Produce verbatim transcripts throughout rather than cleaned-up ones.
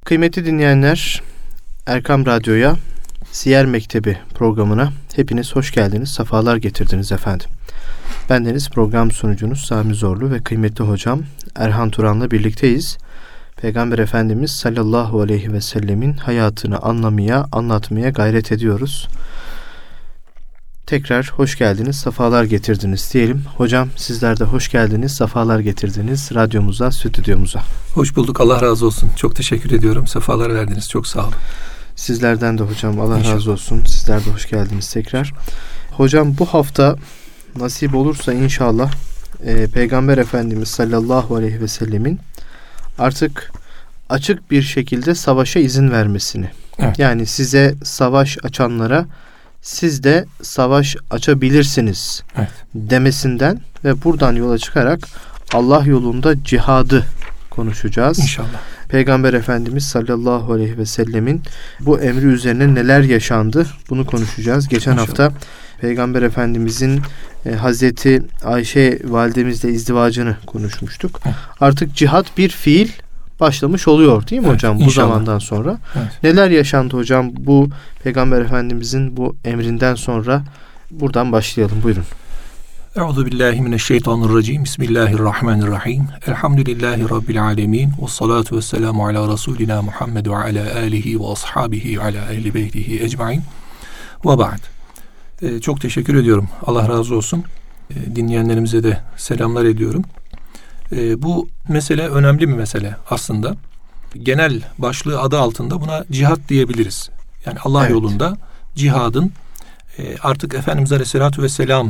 Kıymetli dinleyenler, Erkam Radyo'ya, Siyer Mektebi programına hepiniz hoş geldiniz, sefalar getirdiniz efendim. Bendeniz program sunucunuz Sami Zorlu ve kıymetli hocam Erhan Turan'la birlikteyiz. Peygamber Efendimiz sallallahu aleyhi ve sellemin hayatını anlamaya, anlatmaya gayret ediyoruz. Tekrar hoş geldiniz, sefalar getirdiniz diyelim. Hocam sizler de hoş geldiniz, sefalar getirdiniz radyomuza, stüdyomuza. Hoş bulduk, Allah razı olsun. Çok teşekkür ediyorum, sefalar verdiniz, çok sağ olun. Sizlerden de hocam Allah İnşallah. razı olsun. Sizler de hoş geldiniz tekrar. Hocam bu hafta nasip olursa inşallah e, Peygamber Efendimiz sallallahu aleyhi ve sellemin artık açık bir şekilde savaşa izin vermesini. Evet. Yani size savaş açanlara siz de savaş açabilirsiniz, evet, demesinden ve buradan yola çıkarak Allah yolunda cihadı konuşacağız. İnşallah. Peygamber Efendimiz sallallahu aleyhi ve sellemin bu emri üzerine neler yaşandı bunu konuşacağız. Geçen İnşallah. hafta Peygamber Efendimizin e, Hazreti Ayşe validemizle izdivacını konuşmuştuk. Hı. Artık cihat bir fiil başlamış oluyor değil mi, evet, hocam? Bu inşallah. Zamandan sonra. Evet. Neler yaşandı hocam bu Peygamber Efendimizin bu emrinden sonra? Buradan başlayalım. Buyurun. Euzubillahimineşşeytanirracim. Bismillahirrahmanirrahim. Elhamdülillahi Rabbil alemin. Ve salatu ve selamu ala Resulina Muhammed ve ala alihi ve ashabihi ve ala ehli beytihi ecmain. Ve ba'd. Ee, çok teşekkür ediyorum. Allah razı olsun. Ee, dinleyenlerimize de selamlar ediyorum. Ee, bu mesele önemli bir mesele aslında. Genel başlığı adı altında buna cihat diyebiliriz. Yani Allah evet. yolunda cihadın e, artık Efendimiz Aleyhisselatü Vesselam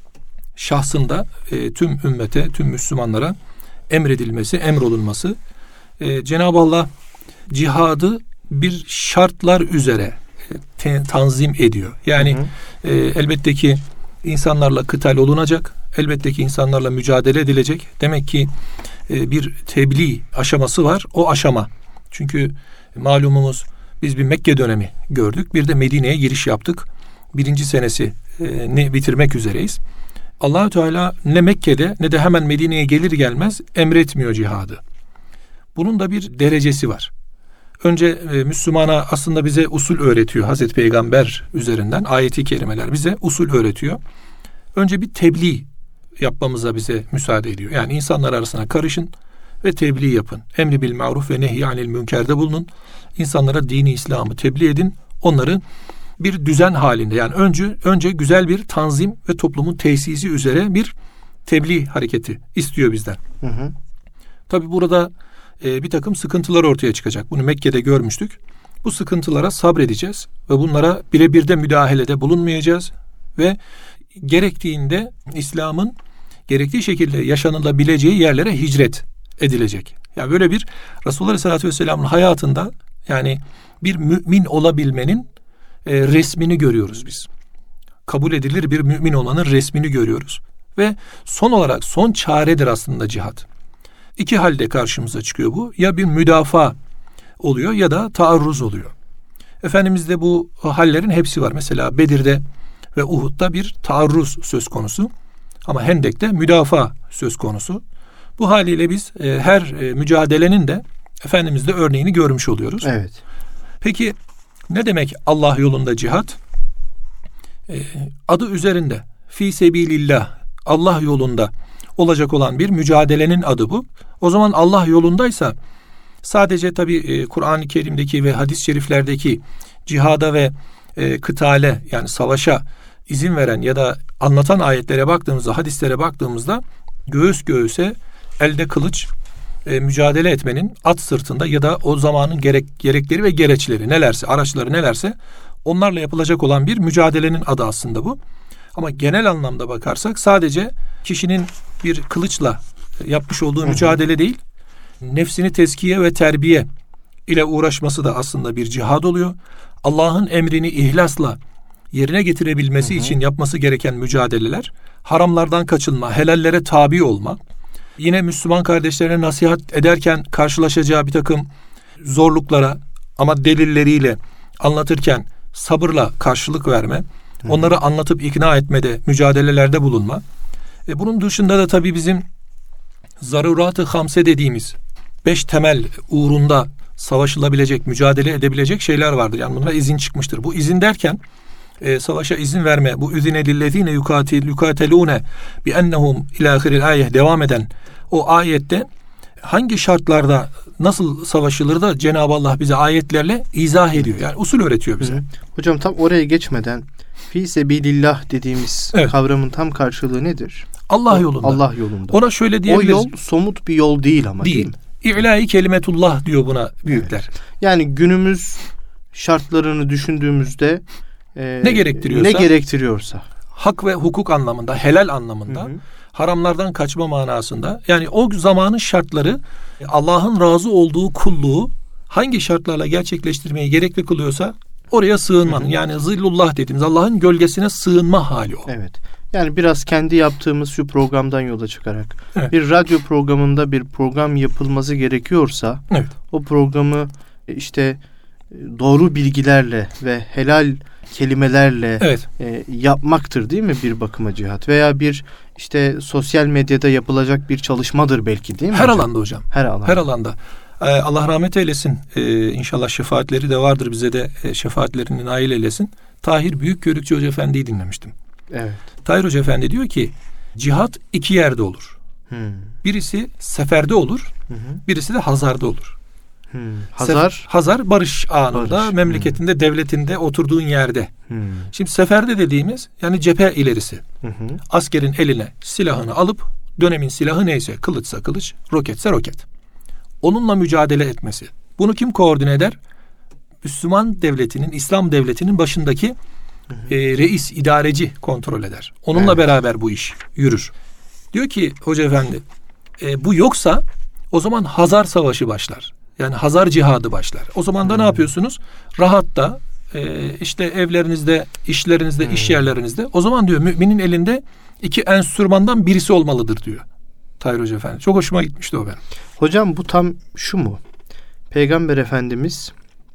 şahsında e, tüm ümmete, tüm Müslümanlara emredilmesi, emrolunması. E, Cenab-ı Allah cihadı bir şartlar üzere e, te, tanzim ediyor. Yani hı hı. E, elbette ki insanlarla kıtal olunacak, elbette ki insanlarla mücadele edilecek. Demek ki e, bir tebliğ aşaması var, o aşama. Çünkü malumumuz biz bir Mekke dönemi gördük, bir de Medine'ye giriş yaptık. Birinci senesi e, ne bitirmek üzereyiz. Allah-u Teala ne Mekke'de ne de hemen Medine'ye gelir gelmez emretmiyor cihadı. Bunun da bir derecesi var. Önce e, Müslümana aslında bize usul öğretiyor. Hazreti Peygamber üzerinden ayeti kerimeler bize usul öğretiyor. Önce bir tebliğ yapmamıza bize müsaade ediyor. Yani insanlar arasına karışın ve tebliğ yapın. Emri bil maruf ve nehy anil münkerde bulunun. İnsanlara dini İslam'ı tebliğ edin. Onları bir düzen halinde, yani önce önce güzel bir tanzim ve toplumun tesisi üzere bir tebliğ hareketi istiyor bizden. Hı hı. Tabii burada e, bir takım sıkıntılar ortaya çıkacak. Bunu Mekke'de görmüştük. Bu sıkıntılara sabredeceğiz ve bunlara birebir de müdahalede bulunmayacağız ve gerektiğinde İslam'ın gerektiği şekilde yaşanılabileceği yerlere hicret edilecek. Yani böyle bir Resulullah Aleyhisselatü Vesselam'ın hayatında yani bir mümin olabilmenin e, resmini görüyoruz biz. Kabul edilir bir mümin olmanın resmini görüyoruz. Ve son olarak son çaredir aslında cihat. İki halde karşımıza çıkıyor bu. Ya bir müdafaa oluyor ya da taarruz oluyor. Efendimiz'de bu hallerin hepsi var. Mesela Bedir'de ve Uhud'da bir taarruz söz konusu. Ama Hendek'te müdafaa söz konusu. Bu haliyle biz e, her e, mücadelenin de Efendimiz'de örneğini görmüş oluyoruz. Evet. Peki ne demek Allah yolunda cihat? E, adı üzerinde fi sebilillah, Allah yolunda olacak olan bir mücadelenin adı bu. O zaman Allah yolundaysa sadece tabii e, Kur'an-ı Kerim'deki ve hadis-i şeriflerdeki cihada ve e, kıtale yani savaşa izin veren ya da anlatan ayetlere baktığımızda, hadislere baktığımızda göğüs göğüse elde kılıç e, mücadele etmenin at sırtında ya da o zamanın gerek, gerekleri ve gereçleri nelerse, araçları nelerse onlarla yapılacak olan bir mücadelenin adı aslında bu. Ama genel anlamda bakarsak sadece kişinin bir kılıçla yapmış olduğu Hı-hı. mücadele değil, nefsini tezkiye ve terbiye ile uğraşması da aslında bir cihad oluyor. Allah'ın emrini ihlasla yerine getirebilmesi Hı-hı. için yapması gereken mücadeleler, haramlardan kaçınma, helallere tabi olma, yine Müslüman kardeşlerine nasihat ederken karşılaşacağı bir takım zorluklara ama delilleriyle anlatırken sabırla karşılık verme, Hı-hı. onları anlatıp ikna etmede, mücadelelerde bulunma. E bunun dışında da tabii bizim zarurat-ı hamse dediğimiz beş temel uğrunda savaşılabilecek, mücadele edebilecek şeyler vardır. Yani bunlara izin çıkmıştır. Bu izin derken e, savaşa izin verme, bu üzine lillezine yukatil yukatelune bi ennehum ila ahiril ayet devam eden o ayette hangi şartlarda nasıl savaşılır da Cenab-ı Allah bize ayetlerle izah ediyor. Yani usul öğretiyor bize. Hı hı. Hocam tam oraya geçmeden fi sebilillah dediğimiz evet. kavramın tam karşılığı nedir? Allah yolunda. Allah yolunda. Ona şöyle diyebiliriz. O yol somut bir yol değil ama değil, değil mi? İ'la-i kelimetullah diyor buna büyükler. Evet. Yani günümüz şartlarını düşündüğümüzde e, ne gerektiriyorsa, ne gerektiriyorsa hak ve hukuk anlamında, helal anlamında, hı hı. haramlardan kaçma manasında, yani o zamanın şartları Allah'ın razı olduğu kulluğu hangi şartlarla gerçekleştirmeyi gerekli kılıyorsa oraya sığınmanın, hı hı. yani zillullah dediğimiz Allah'ın gölgesine sığınma hali o. Evet. Yani biraz kendi yaptığımız şu programdan yola çıkarak evet. bir radyo programında bir program yapılması gerekiyorsa evet. o programı işte doğru bilgilerle ve helal kelimelerle evet. e, yapmaktır değil mi bir bakıma cihat? Veya bir işte sosyal medyada yapılacak bir çalışmadır belki değil mi? Her hocam? alanda hocam. Her alanda. Her alanda. Ee, Allah rahmet eylesin. Ee, İnşallah şefaatleri de vardır, bize de e, şefaatlerini nail eylesin. Tahir Büyükkörükçü Hoca Efendi'yi dinlemiştim. Evet. Tahir Hoca Efendi diyor ki cihat iki yerde olur. Hmm. Birisi seferde olur, hı hı. birisi de hazarda olur. Hmm. Hazar? Sef- hazar barış anında, barış. memleketinde, hmm. devletinde, oturduğun yerde. Hmm. Şimdi seferde dediğimiz yani cephe ilerisi. Hı hı. Askerin eline silahını alıp, dönemin silahı neyse, kılıçsa kılıç, roketse roket, onunla mücadele etmesi. Bunu kim koordine eder? Müslüman devletinin, İslam devletinin başındaki hı hı. E, reis, idareci kontrol eder. Onunla evet. beraber bu iş yürür. Diyor ki Hoca Efendi, e, bu yoksa o zaman Hazar Savaşı başlar. Yani Hazar cihadı başlar. O zaman da hmm. ne yapıyorsunuz? Rahatta, e, işte evlerinizde, işlerinizde, hmm. iş yerlerinizde. O zaman diyor müminin elinde iki enstrümandan birisi olmalıdır diyor Tahir Hoca Efendi. Çok hoşuma gitmişti o benim. Hocam bu tam şu mu? Peygamber Efendimiz,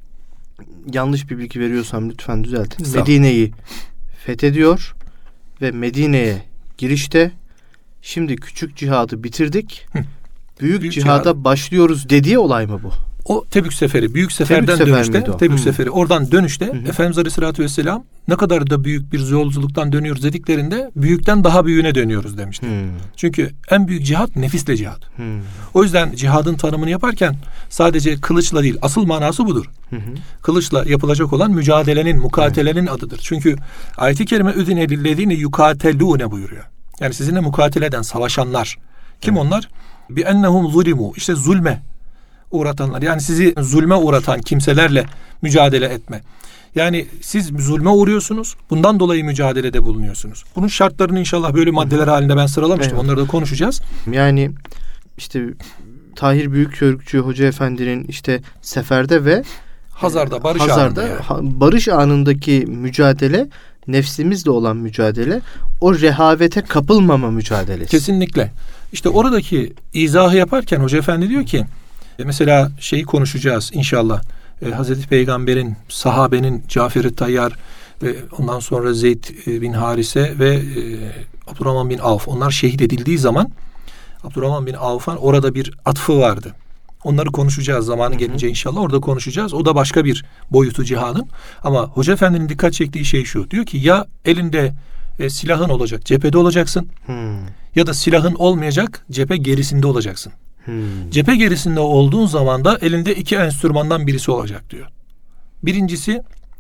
yanlış bir bilgi veriyorsam lütfen düzeltin. Medine'yi fethediyor ve Medine'ye girişte şimdi küçük cihadı bitirdik. Hı. Büyük, büyük cihada cihad. başlıyoruz dediği olay mı bu? O Tebük Seferi. Büyük Sefer'den Tebük dönüşte. Sefer Tebük hmm. Seferi. Oradan dönüşte hmm. Efendimiz Aleyhisselatü Vesselam ne kadar da büyük bir yolculuktan dönüyoruz dediklerinde büyükten daha büyüğüne dönüyoruz demişti. Hmm. Çünkü en büyük cihat nefisle cihat. Hmm. O yüzden cihadın tanımını yaparken sadece kılıçla değil, asıl manası budur. Hmm. Kılıçla yapılacak olan mücadelenin, mukatelenin hmm. adıdır. Çünkü ayet-i kerime üzine lillezine yukatelune buyuruyor. Yani sizinle mukatele eden, savaşanlar. Kim hmm. onlar? Bi ennehum zulimu. İşte zulme uğratanlar. Yani sizi zulme uğratan kimselerle mücadele etme. Yani siz zulme uğruyorsunuz. Bundan dolayı mücadelede bulunuyorsunuz. Bunun şartlarını inşallah böyle maddeler halinde ben sıralamıştım. Evet. Onları da konuşacağız. Yani işte Tahir Büyükkörükçü Hoca Efendi'nin işte seferde ve Hazarda, barış Hazarda, anında yani. barış anındaki mücadele, nefsimizle olan mücadele, o rehavete kapılmama mücadelesi. Kesinlikle. İşte oradaki izahı yaparken Hoca Efendi diyor ki, mesela şeyi konuşacağız inşallah. Ee, Hazreti Peygamber'in, sahabenin Cafer-i Tayyar ve ondan sonra Zeyd bin Harise ve e, Abdurrahman bin Avf, onlar şehit edildiği zaman Abdurrahman bin Avf'ın orada bir atfı vardı. Onları konuşacağız zamanı gelince inşallah, orada konuşacağız. O da başka bir boyutu cihadın. Ama Hoca Efendi'nin dikkat çektiği şey şu. Diyor ki ya elinde e, silahın olacak, cephede olacaksın. Hmm. Ya da silahın olmayacak, cephe gerisinde olacaksın. Hmm. Cephe gerisinde olduğun zaman da elinde iki enstrümandan birisi olacak diyor. Birincisi,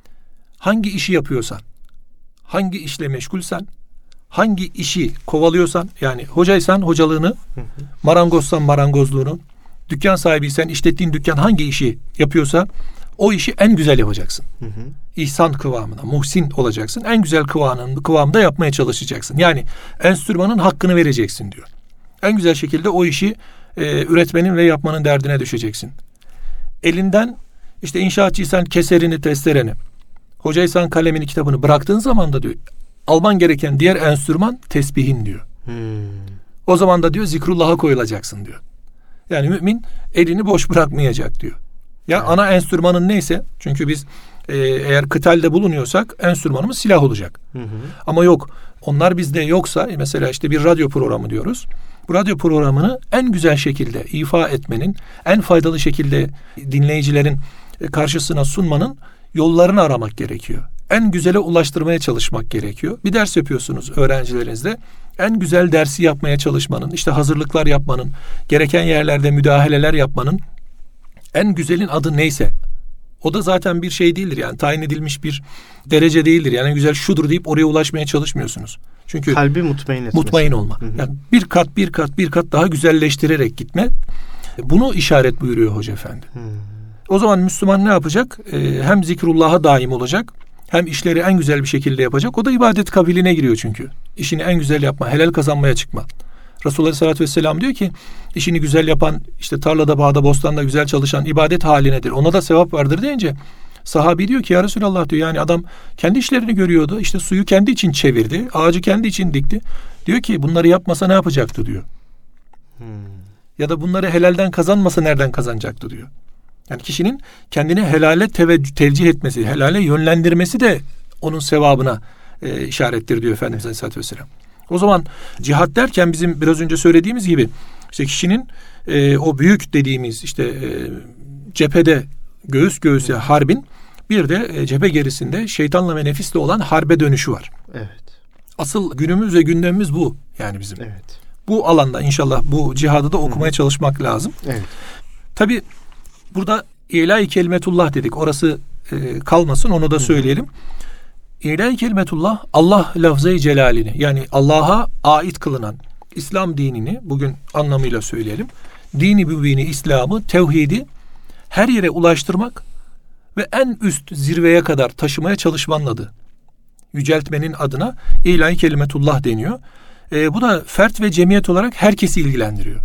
hangi işi yapıyorsan, hangi işle meşgulsen, hangi işi kovalıyorsan, yani hocaysan hocalığını, hı hı. marangozsan marangozluğunu, dükkan sahibiysen işlettiğin dükkan hangi işi yapıyorsa o işi en güzel yapacaksın. Hı hı. İhsan kıvamına, muhsin olacaksın. En güzel kıvamında, kıvamda yapmaya çalışacaksın. Yani enstrümanın hakkını vereceksin diyor. En güzel şekilde o işi e, üretmenin ve yapmanın derdine düşeceksin. Elinden işte inşaatçıysan keserini, testereni, hocaysan kalemini, kitabını bıraktığın zaman da diyor alman gereken diğer enstrüman tesbihin diyor. Hmm. O zaman da diyor zikrullah'a koyulacaksın diyor. Yani mümin elini boş bırakmayacak diyor. Ya evet. Ana enstrümanın neyse, çünkü biz e, eğer kıtalde bulunuyorsak enstrümanımız silah olacak. Hı hı. Ama yok, onlar bizde yoksa, mesela işte bir radyo programı diyoruz. bu radyo programını en güzel şekilde ifa etmenin, en faydalı şekilde dinleyicilerin karşısına sunmanın yollarını aramak gerekiyor. En güzele ulaştırmaya çalışmak gerekiyor. Bir ders yapıyorsunuz öğrencilerinizle. En güzel dersi yapmaya çalışmanın, işte hazırlıklar yapmanın, gereken yerlerde müdahaleler yapmanın en güzelin adı neyse, o da zaten bir şey değildir. Yani tayin edilmiş bir derece değildir. Yani en güzel şudur deyip oraya ulaşmaya çalışmıyorsunuz. Çünkü kalbi mutmain etmesi. Mutmain olma. Hı hı. Yani bir kat bir kat bir kat daha güzelleştirerek gitme. Bunu işaret buyuruyor Hoca Efendi. Hı. O zaman Müslüman ne yapacak? Ee, hem zikrullah'a daim olacak, hem işleri en güzel bir şekilde yapacak. O da ibadet kabiline giriyor çünkü. İşini en güzel yapma, helal kazanmaya çıkma. Resulullah Aleyhisselatü Vesselam diyor ki, işini güzel yapan, işte tarlada, bağda, bostanda güzel çalışan ibadet halinedir. Ona da sevap vardır deyince, sahabi diyor ki ya Resulallah diyor, yani adam kendi işlerini görüyordu. İşte suyu kendi için çevirdi, ağacı kendi için dikti. Diyor ki bunları yapmasa ne yapacaktı diyor. Hmm. Ya da bunları helalden kazanmasa nereden kazanacaktı diyor. Yani kişinin kendini helale teveccüh, tevcih etmesi, helale yönlendirmesi de onun sevabına e, işarettir diyor Efendimiz Aleyhisselatü Vesselam. O zaman cihat derken bizim biraz önce söylediğimiz gibi işte kişinin e, o büyük dediğimiz işte e, cephede göğüs göğüse harbin, bir de e, cephe gerisinde şeytanla ve nefisle olan harbe dönüşü var. Evet. Asıl günümüz ve gündemimiz bu yani bizim. Evet. Bu alanda inşallah bu cihadı da okumaya Hı. çalışmak lazım. Evet. Tabii burada İlâ-i Kelimetullah dedik. Orası e, kalmasın, onu da söyleyelim. İlâ-i Kelimetullah, Allah lafz-ı celalini, yani Allah'a ait kılınan İslam dinini, bugün anlamıyla söyleyelim, dini mübini İslam'ı, tevhidi her yere ulaştırmak ve en üst zirveye kadar taşımaya çalışmanın adı. Yüceltmenin adına İlâ-i Kelimetullah deniyor. E, bu da fert ve cemiyet olarak herkesi ilgilendiriyor.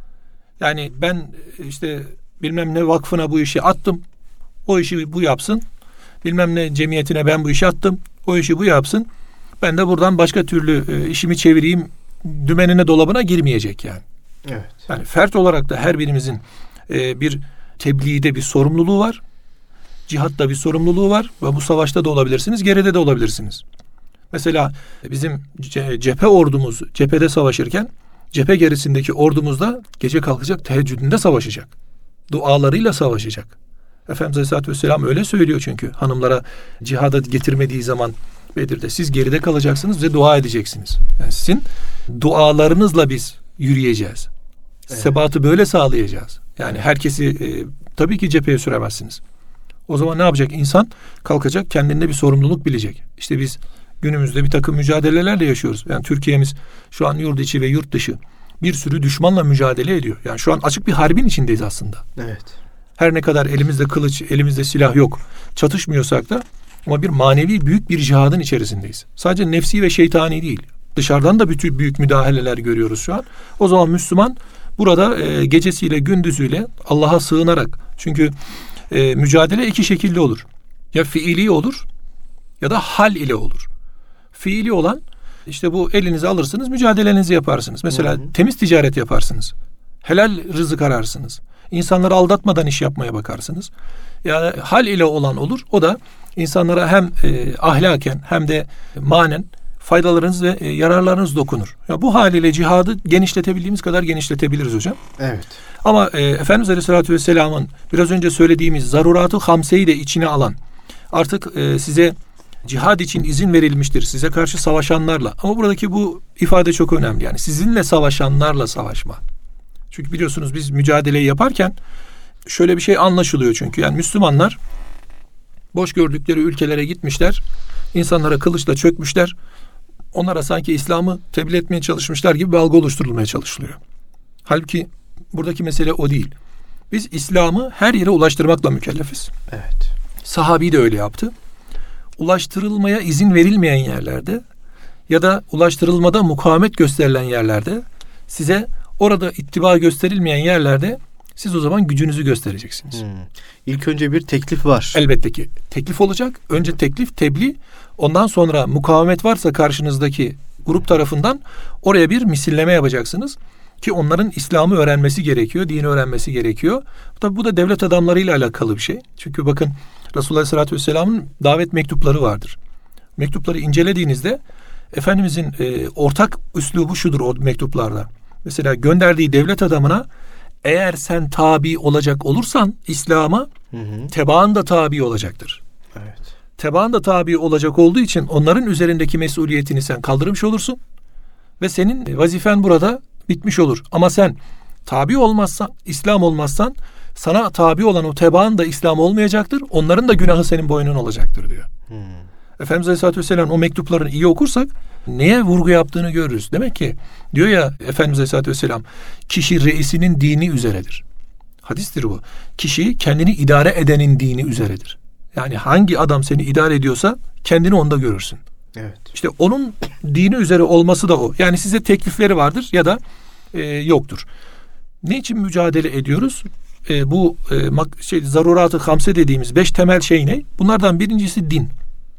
Yani ben işte bilmem ne vakfına bu işi attım, o işi bu yapsın. Bilmem ne cemiyetine ben bu işi attım, o işi bu yapsın. Ben de buradan başka türlü e, işimi çevireyim dümenine, dolabına girmeyecek yani. Evet. Yani fert olarak da her birimizin e, bir tebliğde bir sorumluluğu var. Cihatta bir sorumluluğu var ve bu savaşta da olabilirsiniz, geride de olabilirsiniz. Mesela bizim cephe ordumuz cephede savaşırken, cephe gerisindeki ordumuz da gece kalkacak, teheccüdünde savaşacak. Dualarıyla savaşacak. Efendimiz Aleyhisselatü Vesselam öyle söylüyor çünkü hanımlara cihada getirmediği zaman Bedir'de, siz geride kalacaksınız ve dua edeceksiniz. Yani sizin dualarınızla biz yürüyeceğiz. Evet. Sebatı böyle sağlayacağız. Yani herkesi e, tabii ki cepheye süremezsiniz. O zaman ne yapacak? İnsan kalkacak, kendinde bir sorumluluk bilecek. İşte biz günümüzde bir takım mücadelelerle yaşıyoruz. Yani Türkiye'miz şu an yurt içi ve yurt dışı bir sürü düşmanla mücadele ediyor. Yani şu an açık bir harbin içindeyiz aslında. Evet. Her ne kadar elimizde kılıç, elimizde silah yok, çatışmıyorsak da ama bir manevi büyük bir cihadın içerisindeyiz. Sadece nefsi ve şeytani değil. Dışarıdan da bütün büyük müdahaleler görüyoruz şu an. O zaman Müslüman burada e, gecesiyle gündüzüyle Allah'a sığınarak, çünkü e, mücadele iki şekilde olur. Ya fiili olur ya da hal ile olur. Fiili olan işte bu, elinize alırsınız, mücadelenizi yaparsınız. Mesela hı hı. temiz ticaret yaparsınız. Helal rızık ararsınız. İnsanları aldatmadan iş yapmaya bakarsınız. Yani hal ile olan olur. O da insanlara hem e, ahlaken hem de manen faydalarınız ve e, yararlarınız dokunur. Ya bu haliyle cihadı genişletebildiğimiz kadar genişletebiliriz hocam. Evet. Ama e, Efendimiz Aleyhisselatü Vesselam'ın biraz önce söylediğimiz zaruratı hamseyi de içine alan, artık e, size cihad için izin verilmiştir, size karşı savaşanlarla, ama buradaki bu ifade çok önemli, yani sizinle savaşanlarla savaşma. Çünkü biliyorsunuz biz mücadeleyi yaparken şöyle bir şey anlaşılıyor çünkü. Yani Müslümanlar boş gördükleri ülkelere gitmişler, insanlara kılıçla çökmüşler, onlara sanki İslam'ı tebliğ etmeye çalışmışlar gibi bir algı oluşturulmaya çalışılıyor. Halbuki buradaki mesele o değil. Biz İslam'ı her yere ulaştırmakla mükellefiz. Evet. Sahabi de öyle yaptı. Ulaştırılmaya izin verilmeyen yerlerde ya da ulaştırılmada mukavemet gösterilen yerlerde, size orada ittiba gösterilmeyen yerlerde siz o zaman gücünüzü göstereceksiniz. Hmm. İlk önce bir teklif var. Elbette ki. Teklif olacak. Önce teklif, tebliğ. Ondan sonra mukavemet varsa karşınızdaki grup tarafından oraya bir misilleme yapacaksınız. Ki onların İslam'ı öğrenmesi gerekiyor, dini öğrenmesi gerekiyor. Tabii bu da devlet adamlarıyla alakalı bir şey. Çünkü bakın Resulullah Aleyhisselatü Vesselam'ın davet mektupları vardır. Mektupları incelediğinizde Efendimizin e, ortak üslubu şudur o mektuplarda. Mesela gönderdiği devlet adamına eğer sen tabi olacak olursan İslam'a, hı hı. tebaan da tabi olacaktır. Evet. Tebaan da tabi olacak olduğu için onların üzerindeki mesuliyetini sen kaldırmış olursun ve senin vazifen burada bitmiş olur. Ama sen tabi olmazsan, İslam olmazsan sana tabi olan o tebaan da İslam olmayacaktır. Onların da günahı senin boynuna olacaktır diyor. Hmm. Efendimiz Aleyhisselatü Vesselam o mektuplarını iyi okursak neye vurgu yaptığını görürüz. Demek ki diyor ya Efendimiz Aleyhisselatü Vesselam, kişi reisinin dini üzeredir. Hadistir bu. Kişi kendini idare edenin dini üzeredir. Yani hangi adam seni idare ediyorsa kendini onda görürsün. Evet. İşte onun dini üzere olması da o. Yani size teklifleri vardır ya da e, yoktur. Ne için mücadele ediyoruz? E, bu e, şey, zarurat-ı hamse dediğimiz beş temel şey ne? Bunlardan birincisi din.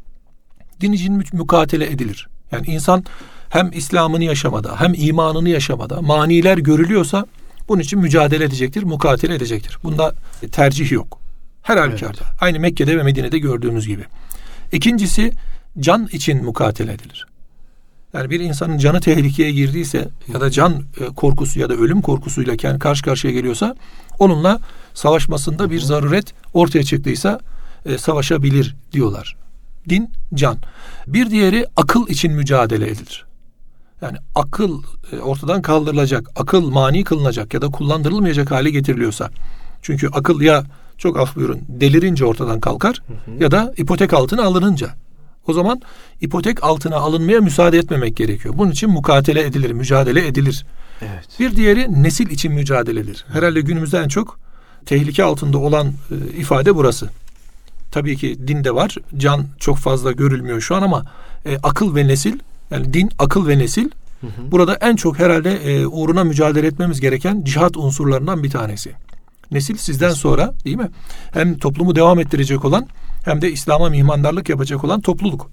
Din için mukatele edilir. Yani insan hem İslam'ını yaşamada hem imanını yaşamada maniler görülüyorsa bunun için mücadele edecektir, mukatele edecektir. Bunda tercih yok. Her halükarda. Evet. Aynı Mekke'de ve Medine'de gördüğümüz gibi. İkincisi can için mukatele edilir. Yani bir insanın canı tehlikeye girdiyse ya da can korkusu ya da ölüm korkusuyla karşı karşıya geliyorsa onunla savaşmasında bir zaruret ortaya çıktıysa e, savaşabilir diyorlar. Din, can. Bir diğeri akıl için mücadele edilir. Yani akıl e, ortadan kaldırılacak, akıl mani kılınacak ya da kullandırılmayacak hale getiriliyorsa. Çünkü akıl ya çok af buyurun delirince ortadan kalkar hı hı. ya da ipotek altına alınınca. O zaman ipotek altına alınmaya müsaade etmemek gerekiyor. Bunun için mukatele edilir, mücadele edilir. Evet. Bir diğeri nesil için mücadele edilir. Herhalde günümüzde en çok tehlike altında olan e, ifade burası. Tabii ki din de var. Can çok fazla görülmüyor şu an ama e, akıl ve nesil, yani din, akıl ve nesil hı hı. burada en çok herhalde e, uğruna mücadele etmemiz gereken cihat unsurlarından bir tanesi. Nesil sizden sonra değil mi? Hem toplumu devam ettirecek olan hem de İslam'a mihmandarlık yapacak olan topluluk.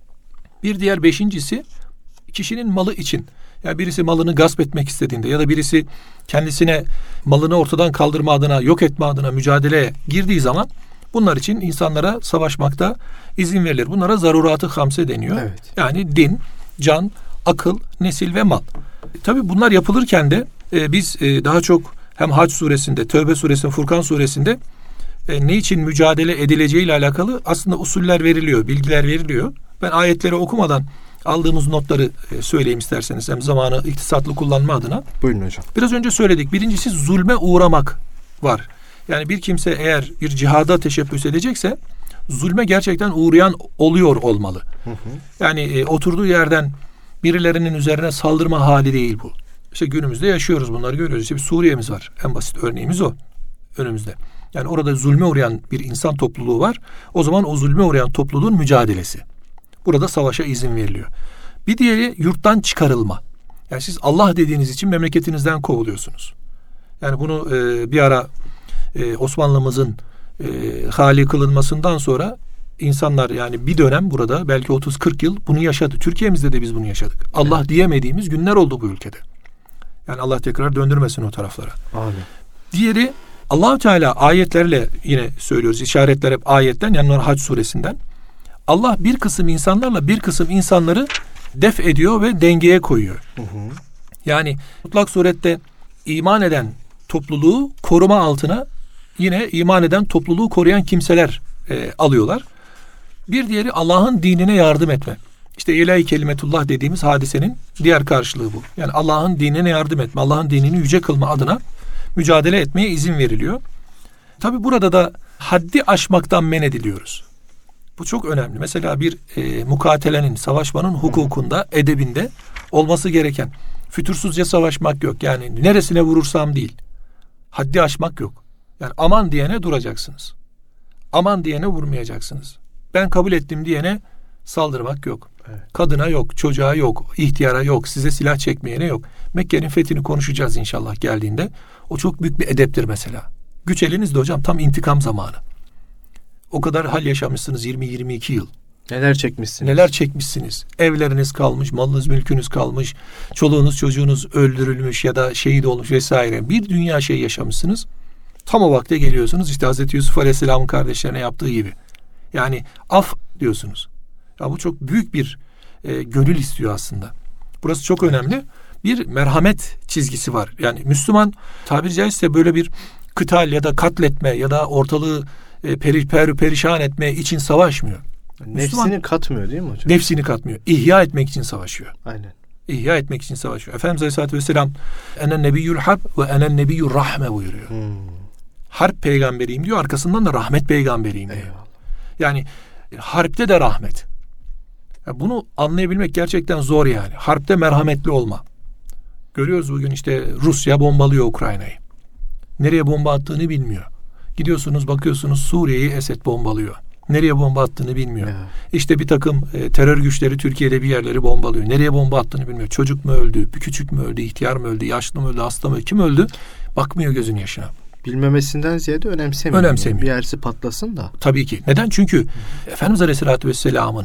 Bir diğer beşincisi kişinin malı için. Yani birisi malını gasp etmek istediğinde ya da birisi kendisine malını ortadan kaldırma adına, yok etme adına mücadeleye girdiği zaman bunlar için insanlara savaşmakta izin verilir. Bunlara zarurat-ı hamse deniyor. Evet. Yani din, can, akıl, nesil ve mal. Tabii bunlar yapılırken de e, biz e, daha çok hem Hac suresinde, Tevbe suresinde, Furkan suresinde e, ne için mücadele edileceği ile alakalı aslında usuller veriliyor, bilgiler veriliyor. Ben ayetleri okumadan aldığımız notları e, söyleyeyim isterseniz. Hem zamanı iktisatlı kullanma adına. Buyurun hocam. Biraz önce söyledik. Birincisi zulme uğramak var. Yani bir kimse eğer bir cihada teşebbüs edecekse zulme gerçekten uğrayan oluyor olmalı. Hı hı. Yani e, oturduğu yerden birilerinin üzerine saldırma hali değil bu. İşte günümüzde yaşıyoruz, bunları görüyoruz. İşte bir Suriye'miz var. En basit örneğimiz o önümüzde. Yani orada zulme uğrayan bir insan topluluğu var. O zaman o zulme uğrayan topluluğun mücadelesi. Burada savaşa izin veriliyor. Bir diğeri yurttan çıkarılma. Yani siz Allah dediğiniz için memleketinizden kovuluyorsunuz. Yani bunu e, bir ara e, Osmanlımızın e, hali kılınmasından sonra insanlar yani bir dönem burada belki otuz kırk yıl bunu yaşadı. Türkiye'mizde de biz bunu yaşadık. Allah evet. diyemediğimiz günler oldu bu ülkede. Yani Allah tekrar döndürmesin o taraflara. Amin. Diğeri Allah-u Teala ayetlerle yine söylüyoruz. İşaretler hep ayetten, yani Hac suresinden. Allah bir kısım insanlarla bir kısım insanları def ediyor ve dengeye koyuyor. Hı hı. Yani mutlak surette iman eden topluluğu koruma altına yine iman eden topluluğu koruyan kimseler e, alıyorlar. Bir diğeri Allah'ın dinine yardım etme. İşte ilahi kelimetullah dediğimiz hadisenin diğer karşılığı bu. Yani Allah'ın dinine yardım etme, Allah'ın dinini yüce kılma adına mücadele etmeye izin veriliyor. Tabi burada da haddi aşmaktan men ediliyoruz. Bu çok önemli. Mesela bir e, mukatelenin, savaşmanın hukukunda, edebinde olması gereken fütursuzca savaşmak yok. Yani neresine vurursam değil. Haddi aşmak yok. Yani aman diyene duracaksınız. Aman diyene vurmayacaksınız. Ben kabul ettim diyene saldırmak yok. Evet. Kadına yok, çocuğa yok, ihtiyara yok, size silah çekmeyene yok. Mekke'nin fethini konuşacağız inşallah geldiğinde. O çok büyük bir edeptir mesela. Güç elinizde hocam, tam intikam zamanı. O kadar hal yaşamışsınız yirmi yirmi iki yıl. Neler çekmişsiniz? Neler çekmişsiniz? Evleriniz kalmış, malınız, mülkünüz kalmış, çoluğunuz, çocuğunuz öldürülmüş ya da şehit olmuş vesaire. Bir dünya şey yaşamışsınız. Tam o vakte geliyorsunuz. İşte Hazreti Yusuf Aleyhisselam'ın kardeşlerine yaptığı gibi. Yani af diyorsunuz. Ya bu çok büyük bir e, gönül istiyor aslında. Burası çok önemli. bir merhamet çizgisi var. Yani Müslüman tabiri caizse böyle bir kıtal ya da katletme ya da ortalığı e, peri, peri, perişan etme için savaşmıyor. Nefsini Müslüman, katmıyor değil mi hocam? Nefsini katmıyor. İhya etmek için savaşıyor. Aynen. İhya etmek için savaşıyor. Efendimiz Aleyhisselatü Vesselam enen nebiyyül harb ve enen nebiyyül rahme buyuruyor. Hmm. Harp peygamberiyim diyor. Arkasından da rahmet peygamberiyim diyor. Eyvallah. Yani harpte de rahmet. Yani bunu anlayabilmek gerçekten zor yani. Harpte merhametli olma. Görüyoruz bugün işte Rusya bombalıyor Ukrayna'yı. Nereye bomba attığını bilmiyor. Gidiyorsunuz bakıyorsunuz Suriye'yi Esed bombalıyor. Nereye bomba attığını bilmiyor. Evet. İşte bir takım e, terör güçleri Türkiye'de bir yerleri bombalıyor. Nereye bomba attığını bilmiyor. Çocuk mu öldü, bir küçük mü öldü, ihtiyar mı öldü, yaşlı mı öldü, hasta mı öldü, kim öldü? Bakmıyor gözün yaşına. Bilmemesinden ziyade önemsemiyor. Önemsemiyor. Bir yersi patlasın da. Tabii ki. Neden? Çünkü hmm. Efendimiz Aleyhisselatü Vesselam'ın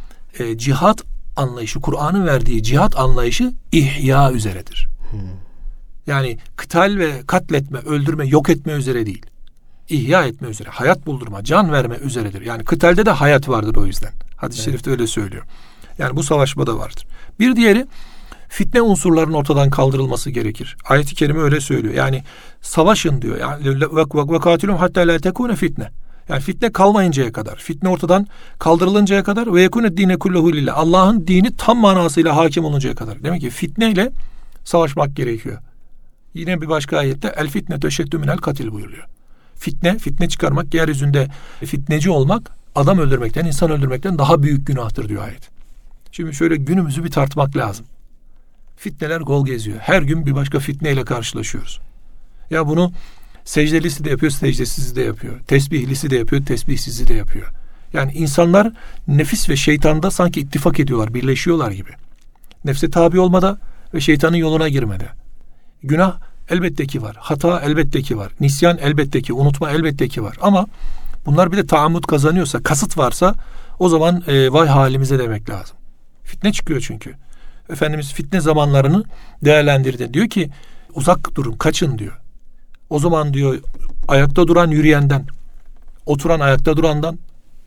e, cihat anlayışı, Kur'an'ın verdiği cihat anlayışı ihya üzeredir. Hmm. Yani kıtal ve katletme, öldürme, yok etme üzere değil. İhya etme üzere, hayat buldurma, can verme üzeredir. Yani kıtalde de hayat vardır o yüzden. Hadis-i evet. Şerif'te öyle söylüyor. Yani bu savaşmada vardır. Bir diğeri fitne unsurlarının ortadan kaldırılması gerekir. Ayet-i kerime öyle söylüyor. Yani savaşın diyor. Yani ve katilum hatta la tekune fitne. Yani fitne kalmayıncaya kadar, fitne ortadan kaldırılıncaya kadar ve yekune dine kulluhu lillah. Allah'ın dini tam manasıyla hakim oluncaya kadar. Demek ki fitneyle savaşmak gerekiyor. Yine bir başka ayette el fitne teşeddü minel katil buyuruyor. Fitne, fitne çıkarmak, yeryüzünde fitneci olmak, adam öldürmekten, insan öldürmekten daha büyük günahtır diyor ayet. Şimdi şöyle günümüzü bir tartmak lazım. Fitneler gol geziyor. Her gün bir başka fitneyle karşılaşıyoruz. Ya bunu secdelisi de yapıyor, secdesizi de yapıyor. Tesbihlisi de yapıyor, tesbihsizi de yapıyor. Yani insanlar nefis ve şeytanda sanki ittifak ediyorlar, birleşiyorlar gibi. Nefse tabi olmada ve şeytanın yoluna girmede. Günah elbette ki var. Hata elbette ki var. Nisyan elbette ki, unutma elbette ki var. Ama bunlar bir de taammut kazanıyorsa, kasıt varsa o zaman e, vay halimize demek lazım. Fitne çıkıyor çünkü. Efendimiz fitne zamanlarını değerlendirdi. Diyor ki uzak durun, kaçın diyor. O zaman diyor ayakta duran yürüyenden, oturan ayakta durandan,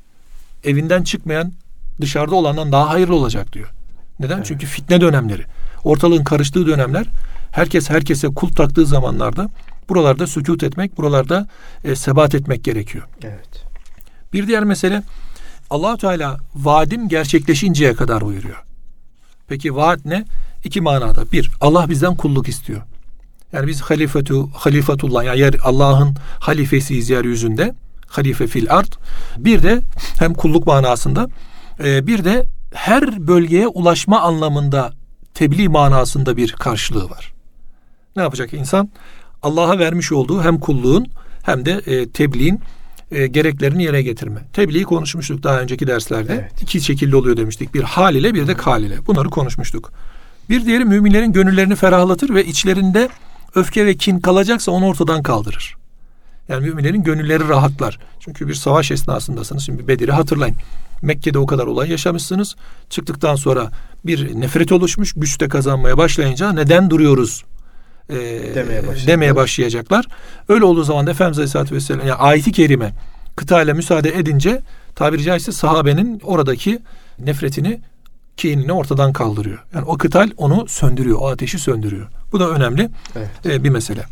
evinden çıkmayan dışarıda olandan daha hayırlı olacak diyor. Neden? Evet. Çünkü fitne dönemleri. Ortalığın karıştığı dönemler, herkes herkese kul taktığı zamanlarda buralarda sükût etmek, buralarda e, sebat etmek gerekiyor. Evet. Bir diğer mesele Allah-u Teala vaadim gerçekleşinceye kadar buyuruyor. Peki vaat ne? İki manada. Bir, Allah bizden kulluk istiyor. Yani biz halifetu, halifetullah, yani Allah'ın halifesiyiz yeryüzünde. Halife fil ard. Bir de hem kulluk manasında, e, bir de her bölgeye ulaşma anlamında, tebliğ manasında bir karşılığı var. Ne yapacak insan? Allah'a vermiş olduğu hem kulluğun hem de e, tebliğin e, gereklerini yerine getirme. Tebliği konuşmuştuk daha önceki derslerde. Evet. İki şekilde oluyor demiştik. Bir hal ile bir de kal ile. Bunları konuşmuştuk. Bir diğeri müminlerin gönüllerini ferahlatır ve içlerinde öfke ve kin kalacaksa onu ortadan kaldırır. Yani müminlerin gönülleri rahatlar. Çünkü bir savaş esnasındasınız. Şimdi Bedir'i hatırlayın. Mekke'de o kadar olay yaşamışsınız. Çıktıktan sonra bir nefret oluşmuş. Güçte kazanmaya başlayınca neden duruyoruz e, demeye, demeye başlayacaklar. Öyle olduğu zaman da Efendimiz Aleyhisselatü Vesselam yani ayet-i kerime kıtayla müsaade edince tabiri caizse sahabenin oradaki nefretini, kinini ortadan kaldırıyor. Yani o kıtal onu söndürüyor. O ateşi söndürüyor. Bu da önemli evet. e, bir mesele.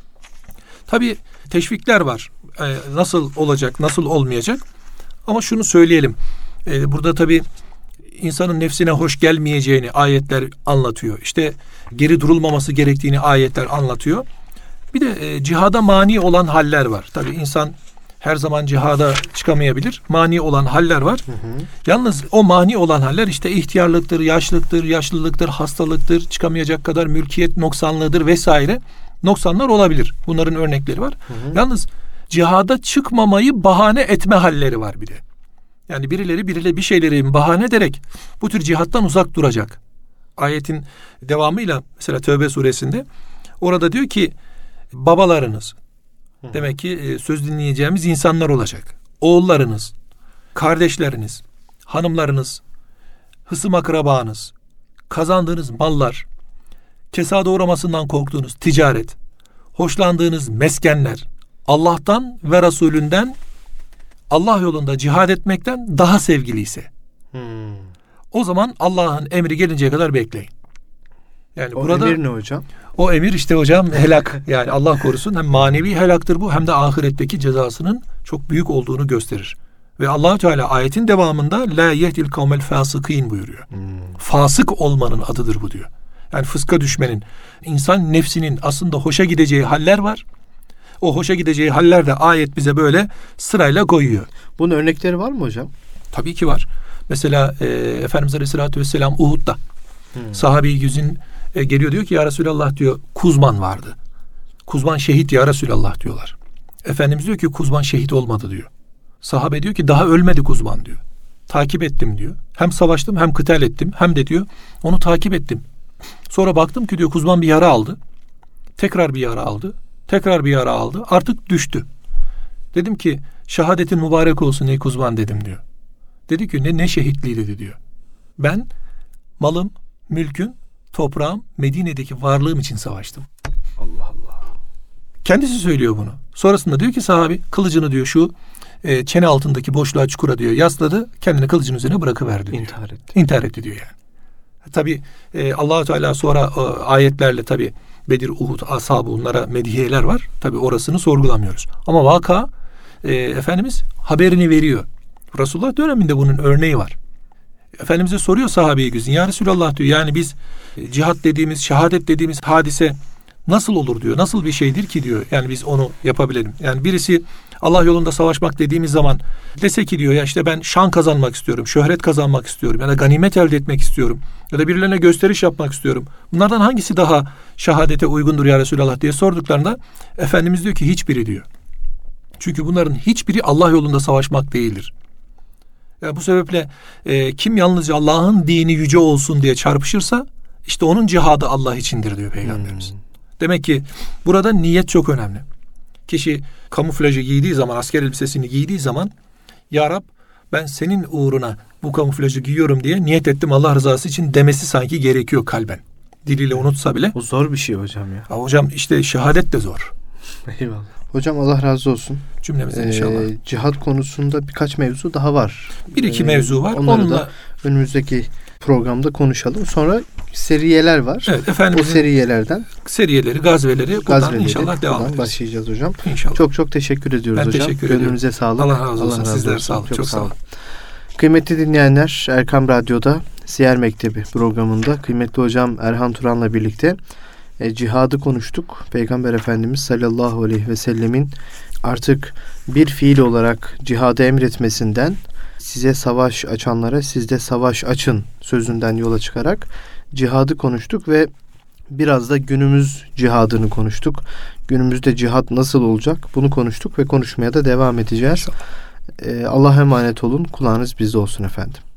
Tabii teşvikler var. E, nasıl olacak, nasıl olmayacak? Ama şunu söyleyelim. E, burada tabii insanın nefsine hoş gelmeyeceğini ayetler anlatıyor. İşte geri durulmaması gerektiğini ayetler anlatıyor. Bir de e, cihada mani olan haller var. Tabii insan her zaman cihada çıkamayabilir. Mani olan haller var. Hı hı. Yalnız o mani olan haller işte ihtiyarlıktır, yaşlıktır, yaşlılıktır, hastalıktır, çıkamayacak kadar mülkiyet noksanlığıdır vesaire. Noksanlar olabilir. Bunların örnekleri var. Hı hı. Yalnız cihada çıkmamayı bahane etme halleri var bir de. Yani birileri birileri bir şeyleri bahane ederek bu tür cihattan uzak duracak. Ayetin devamıyla mesela Tevbe suresinde orada diyor ki babalarınız, hı. demek ki söz dinleyeceğimiz insanlar olacak. Oğullarınız, kardeşleriniz, hanımlarınız, hısım akrabanız, kazandığınız mallar, kesada uğramasından korktuğunuz ticaret, hoşlandığınız meskenler, Allah'tan ve Resulünden Allah yolunda cihad etmekten daha sevgiliyse hmm. o zaman Allah'ın emri gelinceye kadar bekleyin. Yani o burada emir ne hocam? O emir işte hocam helak. Yani Allah korusun, hem manevi helaktır bu, hem de ahiretteki cezasının çok büyük olduğunu gösterir. Ve Allah Teala ayetin devamında la yehdil kavmel fasıkîn buyuruyor. Hmm. Fasık olmanın adıdır bu diyor. Yani fıska düşmenin, insan nefsinin aslında hoşa gideceği haller var. O hoşa gideceği haller de ayet bize böyle sırayla koyuyor. Bunun örnekleri var mı hocam? Tabii ki var. Mesela e, Efendimiz Aleyhisselatü Vesselam Uhud'da hmm. sahabe-i yüzün e, geliyor, diyor ki ya Resulallah diyor, Kuzman vardı. Kuzman şehit ya Resulallah diyorlar. Efendimiz diyor ki Kuzman şehit olmadı diyor. Sahabe diyor ki daha ölmedi Kuzman diyor. Takip ettim diyor. Hem savaştım hem kıtal ettim, hem de diyor onu takip ettim. Sonra baktım ki diyor Kuzman bir yara aldı. Tekrar bir yara aldı. Tekrar bir yara aldı. Artık düştü. Dedim ki şehadetin mübarek olsun ey Kuzman dedim diyor. Dedi ki ne ne şehitliği dedi diyor. Ben malım, mülküm, toprağım, Medine'deki varlığım için savaştım. Allah Allah. Kendisi söylüyor bunu. Sonrasında diyor ki sahabi kılıcını diyor şu e, çene altındaki boşluğa, çukura diyor yasladı. Kendini kılıcın üzerine bırakıverdi diyor. İntihar etti. İntihar etti diyor yani. Tabi e, Allah-u Teala sonra e, ayetlerle tabi Bedir, Uhud, ashabı bunlara medihiyeler var. Tabi orasını sorgulamıyoruz. Ama vaka e, Efendimiz haberini veriyor. Resulullah döneminde bunun örneği var. Efendimiz'e soruyor sahabe-i güzin. Ya Resulallah diyor, yani biz e, cihat dediğimiz, şehadet dediğimiz hadise nasıl olur diyor. Nasıl bir şeydir ki diyor. Yani biz onu yapabilelim. Yani birisi Allah yolunda savaşmak dediğimiz zaman dese ki diyor ya işte ben şan kazanmak istiyorum, şöhret kazanmak istiyorum ya da ganimet elde etmek istiyorum ya da birilerine gösteriş yapmak istiyorum. Bunlardan hangisi daha şehadete uygundur ya Resulallah diye sorduklarında Efendimiz diyor ki hiçbiri diyor. Çünkü bunların hiçbiri Allah yolunda savaşmak değildir. Yani bu sebeple e, kim yalnızca Allah'ın dini yüce olsun diye çarpışırsa işte onun cihadı Allah içindir diyor Peygamberimiz. Hmm. Demek ki burada niyet çok önemli. Kişi kamuflajı giydiği zaman, asker elbisesini giydiği zaman ya Rab ben senin uğruna bu kamuflajı giyiyorum diye niyet ettim Allah rızası için demesi sanki gerekiyor kalben. Diliyle unutsa bile. O zor bir şey hocam ya. Ha, hocam işte şehadet de zor. Eyvallah. Hocam Allah razı olsun. Cümlemizden ee, inşallah. Cihat konusunda birkaç mevzu daha var. Bir iki ee, mevzu var. Onları Onunla... da önümüzdeki programda konuşalım. Sonra seriyeler var. Evet, efendim. O seriyelerden seriyeleri, gazveleri buradan gazveleri, inşallah devam edeceğiz. Başlayacağız hocam. İnşallah. Çok çok teşekkür ediyoruz ben hocam. Teşekkür Gönlünüze ediyorum. sağlık. Allah razı olsun. Allah razı Sizler olsun. Sağ olun. Çok, çok sağ olun. Kıymetli dinleyenler, Erkam Radyo'da Siyer Mektebi programında kıymetli hocam Erhan Turan'la birlikte e, cihadı konuştuk. Peygamber Efendimiz sallallahu aleyhi ve sellemin artık bir fiil olarak cihadı emretmesinden, size savaş açanlara siz de savaş açın sözünden yola çıkarak cihadı konuştuk ve biraz da günümüz cihadını konuştuk. Günümüzde cihat nasıl olacak? Bunu konuştuk ve konuşmaya da devam edeceğiz. Ee, Allah'a emanet olun. Kulağınız bizde olsun efendim.